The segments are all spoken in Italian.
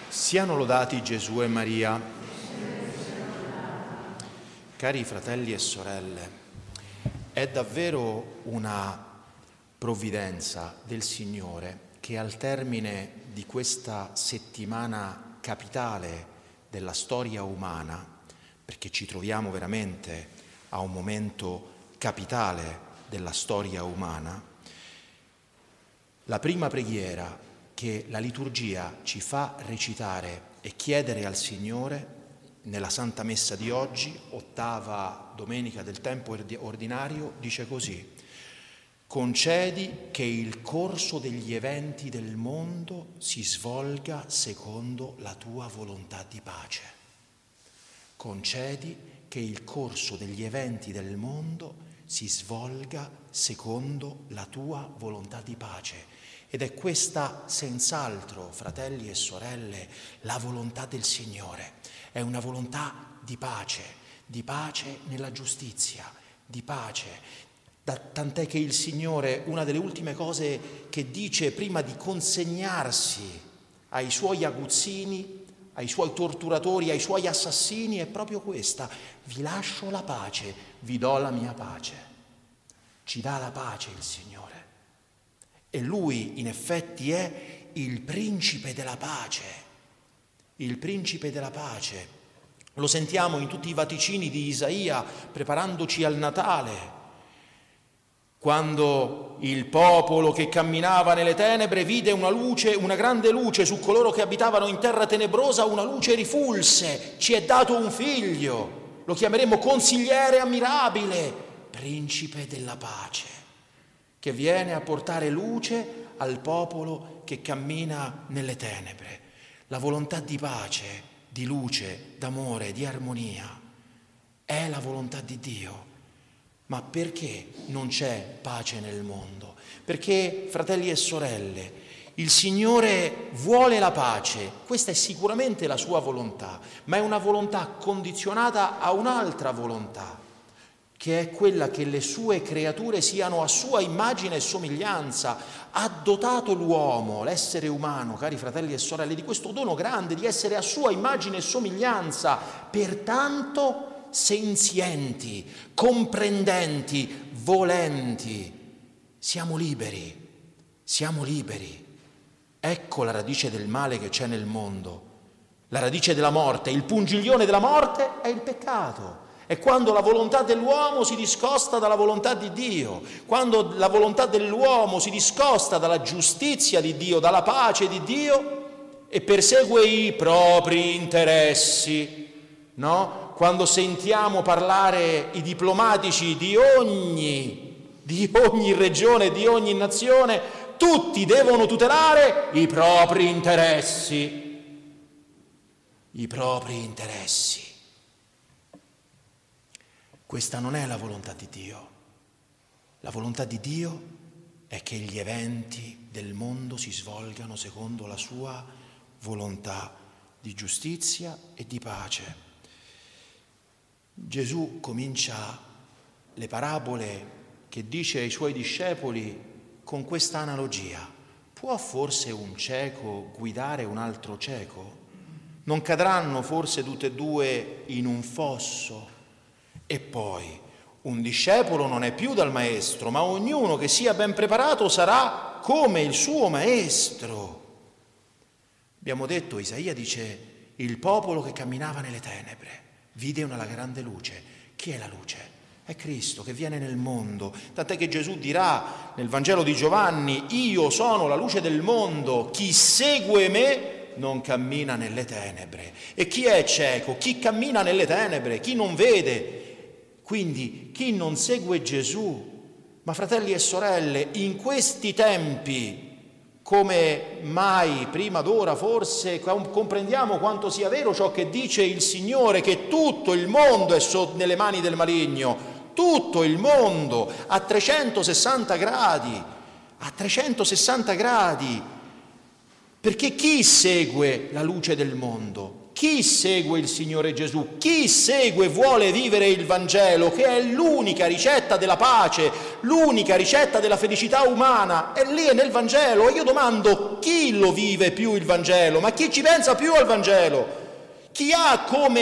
Siano lodati Gesù e Maria. Cari fratelli e sorelle, è davvero una provvidenza del Signore che al termine di questa settimana capitale della storia umana, perché ci troviamo veramente a un momento capitale della storia umana, la prima preghiera che la liturgia ci fa recitare e chiedere al Signore nella Santa Messa di oggi, ottava domenica del tempo ordinario, dice così: concedi che il corso degli eventi del mondo si svolga secondo la tua volontà di pace. Concedi che il corso degli eventi del mondo si svolga secondo la tua volontà di pace. Ed è questa senz'altro, fratelli e sorelle, la volontà del Signore. È una volontà di pace nella giustizia, di pace. Tant'è che il Signore, una delle ultime cose che dice prima di consegnarsi ai suoi aguzzini, ai suoi torturatori, ai suoi assassini, è proprio questa: vi lascio la pace, vi do la mia pace. Ci dà la pace il Signore. E Lui in effetti è il principe della pace, il principe della pace. Lo sentiamo in tutti i vaticini di Isaia preparandoci al Natale, quando il popolo che camminava nelle tenebre vide una luce, una grande luce su coloro che abitavano in terra tenebrosa, una luce rifulse, ci è dato un figlio, lo chiameremo consigliere ammirabile, principe della pace, che viene a portare luce al popolo che cammina nelle tenebre. La volontà di pace, di luce, d'amore, di armonia è la volontà di Dio. Ma perché non c'è pace nel mondo? Perché, fratelli e sorelle, il Signore vuole la pace, questa è sicuramente la sua volontà, ma è una volontà condizionata a un'altra volontà, che è quella che le sue creature siano a sua immagine e somiglianza. Ha dotato l'uomo, l'essere umano, cari fratelli e sorelle, di questo dono grande di essere a sua immagine e somiglianza, pertanto senzienti, comprendenti, volenti. Siamo liberi. Ecco la radice del male che c'è nel mondo, la radice della morte, il pungiglione della morte è il peccato. È quando la volontà dell'uomo si discosta dalla volontà di Dio, quando la volontà dell'uomo si discosta dalla giustizia di Dio, dalla pace di Dio e persegue i propri interessi, no? Quando sentiamo parlare i diplomatici di ogni regione, di ogni nazione, tutti devono tutelare i propri interessi. I propri interessi. Questa non è la volontà di Dio. La volontà di Dio è che gli eventi del mondo si svolgano secondo la sua volontà di giustizia e di pace. Gesù comincia le parabole che dice ai suoi discepoli con questa analogia: può forse un cieco guidare un altro cieco? Non cadranno forse tutte e due in un fosso? E poi, un discepolo non è più dal maestro, ma ognuno che sia ben preparato sarà come il suo maestro. Abbiamo detto, Isaia dice, il popolo che camminava nelle tenebre vide una grande luce. Chi è la luce? È Cristo che viene nel mondo. Tant'è che Gesù dirà nel Vangelo di Giovanni: io sono la luce del mondo, chi segue me non cammina nelle tenebre. E chi è cieco? Chi cammina nelle tenebre, chi non vede. Quindi chi non segue Gesù, ma fratelli e sorelle, in questi tempi, come mai prima d'ora forse, comprendiamo quanto sia vero ciò che dice il Signore, che tutto il mondo è nelle mani del maligno, tutto il mondo, a 360 gradi, perché chi segue la luce del mondo? Chi segue il Signore Gesù? Chi segue e vuole vivere il Vangelo, che è l'unica ricetta della pace, l'unica ricetta della felicità umana, è lì, è nel Vangelo. E io domando, chi lo vive più il Vangelo? Ma chi ci pensa più al Vangelo? Chi ha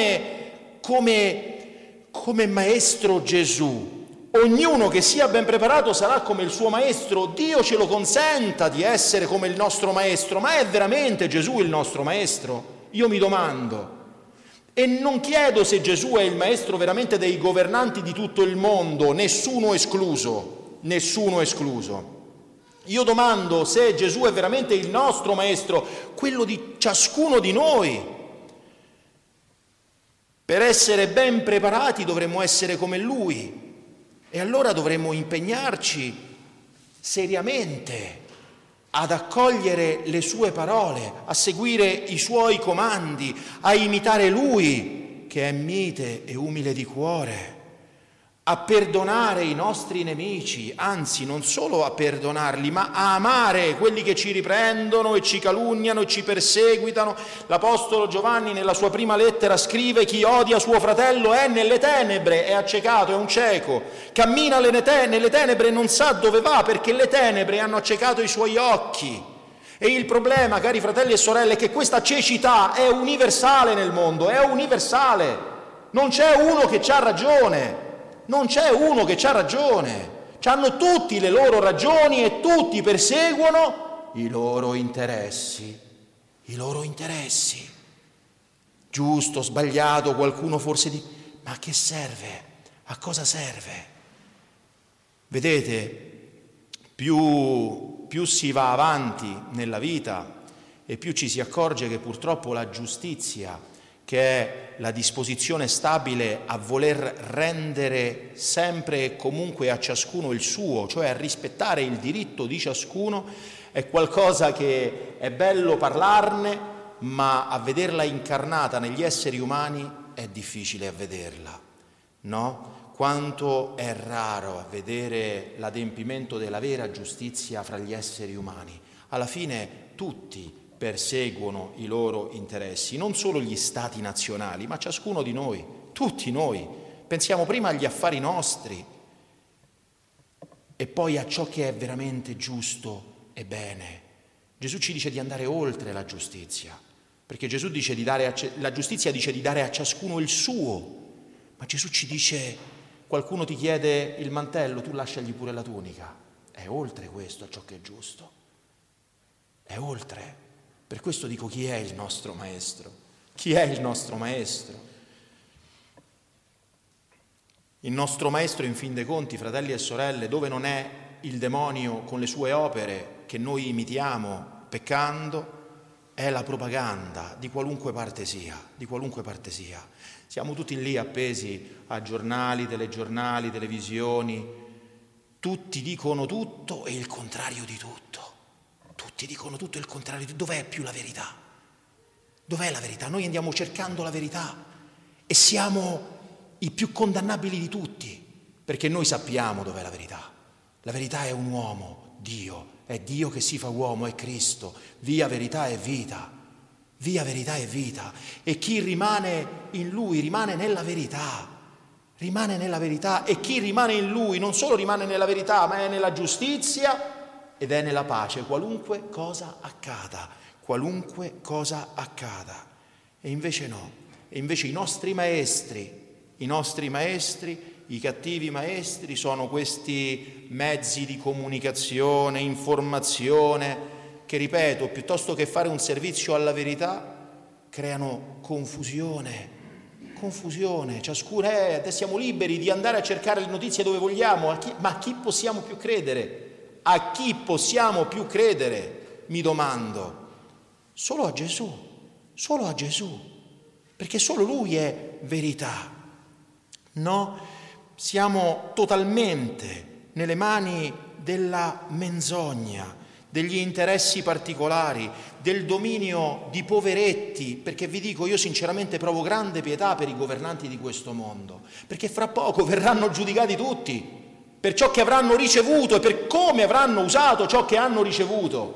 come maestro Gesù? Ognuno che sia ben preparato sarà come il suo maestro. Dio ce lo consenta di essere come il nostro maestro, ma è veramente Gesù il nostro maestro? Io mi domando. E non chiedo se Gesù è il maestro veramente dei governanti di tutto il mondo, nessuno escluso, nessuno escluso. Io domando se Gesù è veramente il nostro maestro, quello di ciascuno di noi. Per essere ben preparati dovremmo essere come Lui. E allora dovremmo impegnarci seriamente ad accogliere le sue parole, a seguire i suoi comandi, a imitare Lui, che è mite e umile di cuore, a perdonare i nostri nemici, anzi non solo a perdonarli, ma a amare quelli che ci riprendono e ci calunniano e ci perseguitano. L'Apostolo Giovanni nella sua prima lettera scrive: chi odia suo fratello è nelle tenebre, è accecato, è un cieco, cammina nelle tenebre e non sa dove va, perché le tenebre hanno accecato i suoi occhi. E il problema, cari fratelli e sorelle, è che questa cecità è universale nel mondo, è universale. Non c'è uno che c'ha ragione. Non c'è uno che c'ha ragione, c'hanno tutti le loro ragioni e tutti perseguono i loro interessi, Giusto, sbagliato, qualcuno forse ma a che serve? A cosa serve? Vedete, più si va avanti nella vita e più ci si accorge che purtroppo la giustizia, che è la disposizione stabile a voler rendere sempre e comunque a ciascuno il suo, cioè a rispettare il diritto di ciascuno, è qualcosa che è bello parlarne, ma a vederla incarnata negli esseri umani è difficile a vederla, no? Quanto è raro vedere l'adempimento della vera giustizia fra gli esseri umani. Alla fine tutti perseguono i loro interessi, non solo gli stati nazionali, ma ciascuno di noi, tutti noi. Pensiamo prima agli affari nostri e poi a ciò che è veramente giusto e bene. Gesù ci dice di andare oltre la giustizia, perché Gesù dice la giustizia dice di dare a ciascuno il suo, ma Gesù ci dice: qualcuno ti chiede il mantello, tu lasciagli pure la tunica. È oltre questo a ciò che è giusto, è oltre. Per questo dico: chi è il nostro maestro? Chi è il nostro maestro? Il nostro maestro, in fin dei conti, fratelli e sorelle, dove non è il demonio con le sue opere che noi imitiamo peccando, è la propaganda di qualunque parte sia, Siamo tutti lì appesi a giornali, telegiornali, televisioni, tutti dicono tutto e il contrario di tutto. Tutti dicono tutto e il contrario di tutto. Dov'è più la verità? Dov'è la verità? Noi andiamo cercando la verità e siamo i più condannabili di tutti, perché noi sappiamo dov'è la verità. La verità è un uomo, Dio, è Dio che si fa uomo, è Cristo, via verità e vita, via verità e vita. E chi rimane in Lui rimane nella verità, e chi rimane in Lui non solo rimane nella verità, ma è nella giustizia ed è nella pace, qualunque cosa accada. E invece no, e invece i nostri maestri, i cattivi maestri sono questi mezzi di comunicazione, informazione, che, ripeto, piuttosto che fare un servizio alla verità, creano confusione. Ciascuno siamo liberi di andare a cercare le notizie dove vogliamo, ma a chi possiamo più credere? A chi possiamo più credere? Mi domando. Solo a Gesù, perché solo Lui è verità. No, siamo totalmente nelle mani della menzogna, degli interessi particolari, del dominio di poveretti, perché vi dico, io sinceramente provo grande pietà per i governanti di questo mondo, perché fra poco verranno giudicati tutti per ciò che avranno ricevuto e per come avranno usato ciò che hanno ricevuto.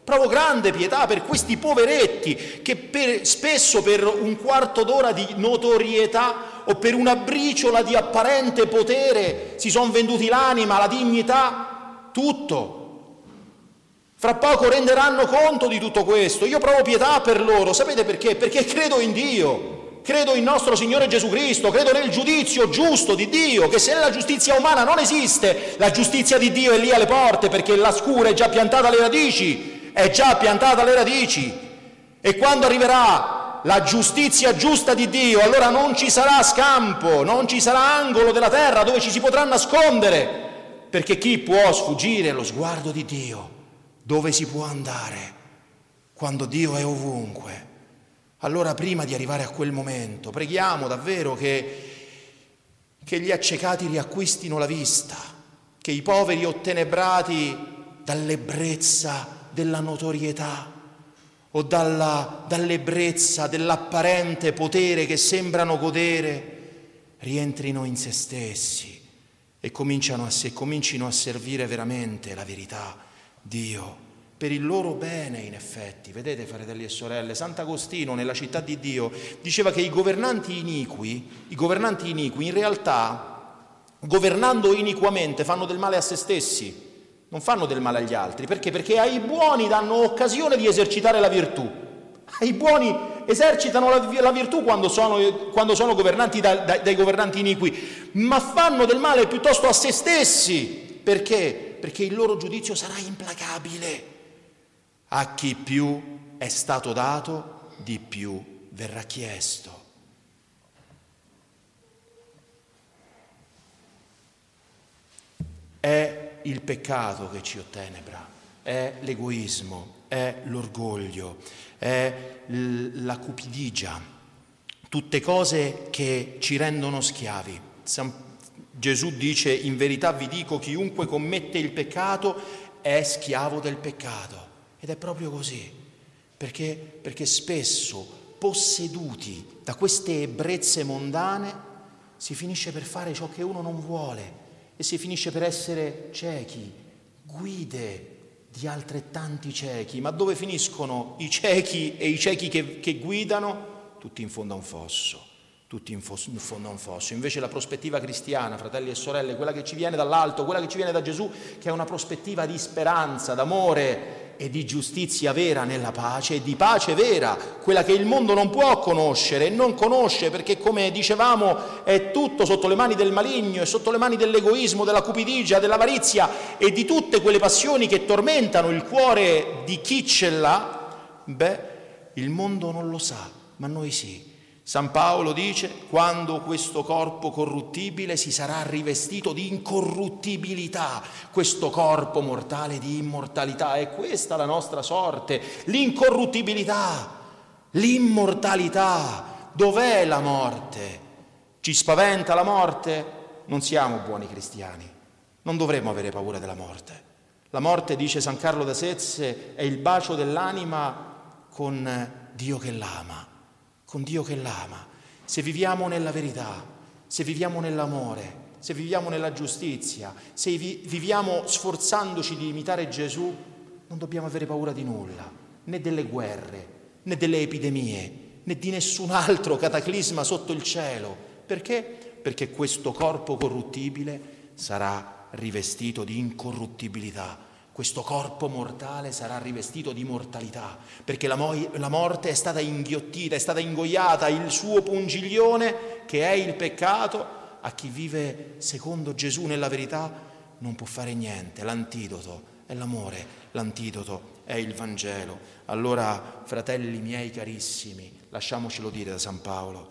Provo grande pietà per questi poveretti che spesso per un quarto d'ora di notorietà o per una briciola di apparente potere si sono venduti l'anima, la dignità, tutto. Fra poco renderanno conto di tutto questo. Io provo pietà per loro. Sapete perché? Perché credo in Dio, credo in nostro Signore Gesù Cristo, credo nel giudizio giusto di Dio, che se la giustizia umana non esiste, la giustizia di Dio è lì alle porte, perché la scura è già piantata alle radici. È già piantata alle radici, e quando arriverà la giustizia giusta di Dio, allora non ci sarà scampo, non ci sarà angolo della terra dove ci si potrà nascondere, perché chi può sfuggire allo sguardo di Dio? Dove si può andare quando Dio è ovunque? Allora, prima di arrivare a quel momento, preghiamo davvero che gli accecati riacquistino la vista, che i poveri ottenebrati dall'ebbrezza della notorietà o dall'ebbrezza dell'apparente potere che sembrano godere, rientrino in se stessi e comincino a servire veramente la verità, Dio, per il loro bene in effetti. Vedete, fratelli e sorelle, Sant'Agostino nella Città di Dio diceva che i governanti iniqui in realtà, governando iniquamente, fanno del male a se stessi. Non fanno del male agli altri. Perché? Perché ai buoni danno occasione di esercitare la virtù. Ai buoni esercitano la virtù quando sono governanti dai governanti iniqui, ma fanno del male piuttosto a se stessi. Perché? Perché il loro giudizio sarà implacabile. A chi più è stato dato, di più verrà chiesto. È il peccato che ci ottenebra, è l'egoismo, è l'orgoglio, è la cupidigia, tutte cose che ci rendono schiavi. Gesù dice: in verità vi dico, chiunque commette il peccato è schiavo del peccato. Ed è proprio così, perché spesso, posseduti da queste ebbrezze mondane, si finisce per fare ciò che uno non vuole e si finisce per essere ciechi, guide di altrettanti ciechi. Ma dove finiscono i ciechi e i ciechi che guidano? Tutti in fondo a un fosso. Tutti in fondo a un fosso. Invece la prospettiva cristiana, fratelli e sorelle, quella che ci viene dall'alto, quella che ci viene da Gesù, che è una prospettiva di speranza, d'amore e di giustizia vera nella pace e di pace vera, quella che il mondo non può conoscere e non conosce, perché, come dicevamo, è tutto sotto le mani del maligno, è sotto le mani dell'egoismo, della cupidigia, dell'avarizia e di tutte quelle passioni che tormentano il cuore di chi ce l'ha. Il mondo non lo sa, ma noi sì. San Paolo dice: quando questo corpo corruttibile si sarà rivestito di incorruttibilità, questo corpo mortale di immortalità. È questa la nostra sorte, l'incorruttibilità, l'immortalità. Dov'è la morte? Ci spaventa la morte? Non siamo buoni cristiani, non dovremmo avere paura della morte. La morte, dice San Carlo d'Asezze, è il bacio dell'anima con Dio che l'ama. Con Dio che l'ama. Se viviamo nella verità, se viviamo nell'amore, se viviamo nella giustizia, se viviamo sforzandoci di imitare Gesù, non dobbiamo avere paura di nulla, né delle guerre, né delle epidemie, né di nessun altro cataclisma sotto il cielo. Perché? Perché questo corpo corruttibile sarà rivestito di incorruttibilità. Questo corpo mortale sarà rivestito di mortalità, perché la morte è stata inghiottita, è stata ingoiata, il suo pungiglione, che è il peccato, a chi vive secondo Gesù nella verità non può fare niente. L'antidoto è l'amore, l'antidoto è il Vangelo. Allora, fratelli miei carissimi, lasciamocelo dire da San Paolo: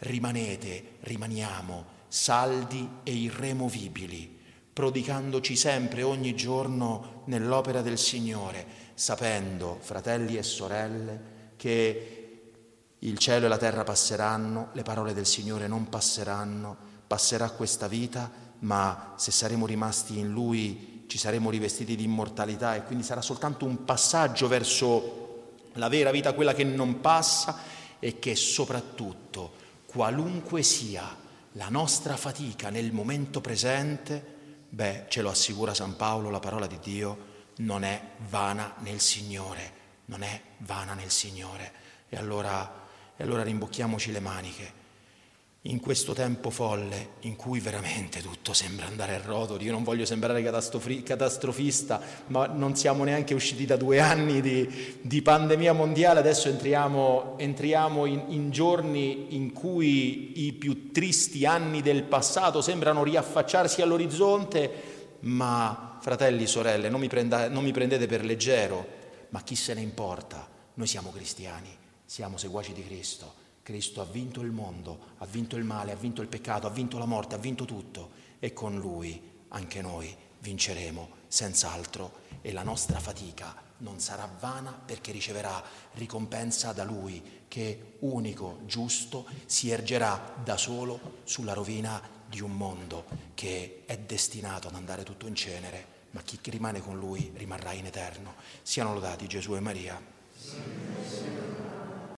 rimaniamo saldi e irremovibili, prodicandoci sempre ogni giorno nell'opera del Signore, sapendo, fratelli e sorelle, che il cielo e la terra passeranno, le parole del Signore non passeranno, passerà questa vita, ma se saremo rimasti in Lui ci saremo rivestiti di immortalità, e quindi sarà soltanto un passaggio verso la vera vita, quella che non passa, e che soprattutto, qualunque sia la nostra fatica nel momento presente, ce lo assicura San Paolo, la parola di Dio, non è vana nel Signore, non è vana nel Signore. E allora rimbocchiamoci le maniche. In questo tempo folle in cui veramente tutto sembra andare a rotoli, io non voglio sembrare catastrofista, ma non siamo neanche usciti da 2 anni di pandemia mondiale, adesso entriamo in giorni in cui i più tristi anni del passato sembrano riaffacciarsi all'orizzonte, ma fratelli, sorelle, non mi prendete per leggero, ma chi se ne importa? Noi siamo cristiani, siamo seguaci di Cristo. Cristo ha vinto il mondo, ha vinto il male, ha vinto il peccato, ha vinto la morte, ha vinto tutto, e con Lui anche noi vinceremo senz'altro, e la nostra fatica non sarà vana, perché riceverà ricompensa da Lui, che unico, giusto, si ergerà da solo sulla rovina di un mondo che è destinato ad andare tutto in cenere, ma chi rimane con Lui rimarrà in eterno. Siano lodati Gesù e Maria.